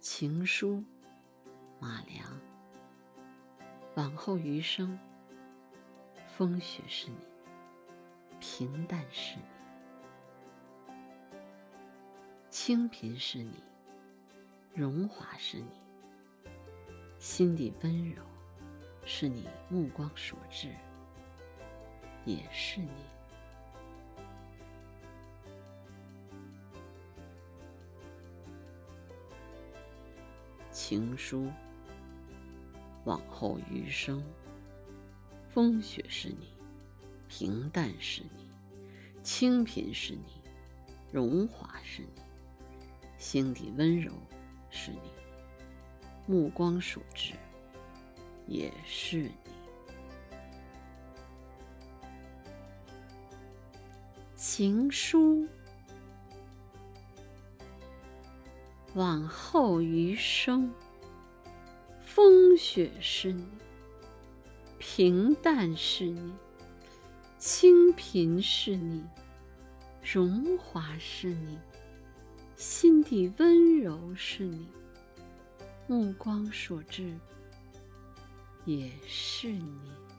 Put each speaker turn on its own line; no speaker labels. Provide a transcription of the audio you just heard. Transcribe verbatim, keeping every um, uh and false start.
情书，马良。往后余生，风雪是你，平淡是你，清贫是你，荣华是你，心底温柔是你目光所至，也是你。情书，往后余生，风雪是你，平淡是你，清贫是你，荣华是你，心底温柔是你，目光所至也是你。情书，往后余生，风雪是你，平淡是你，清贫是你，荣华是你，心底温柔是你，目光所至也是你。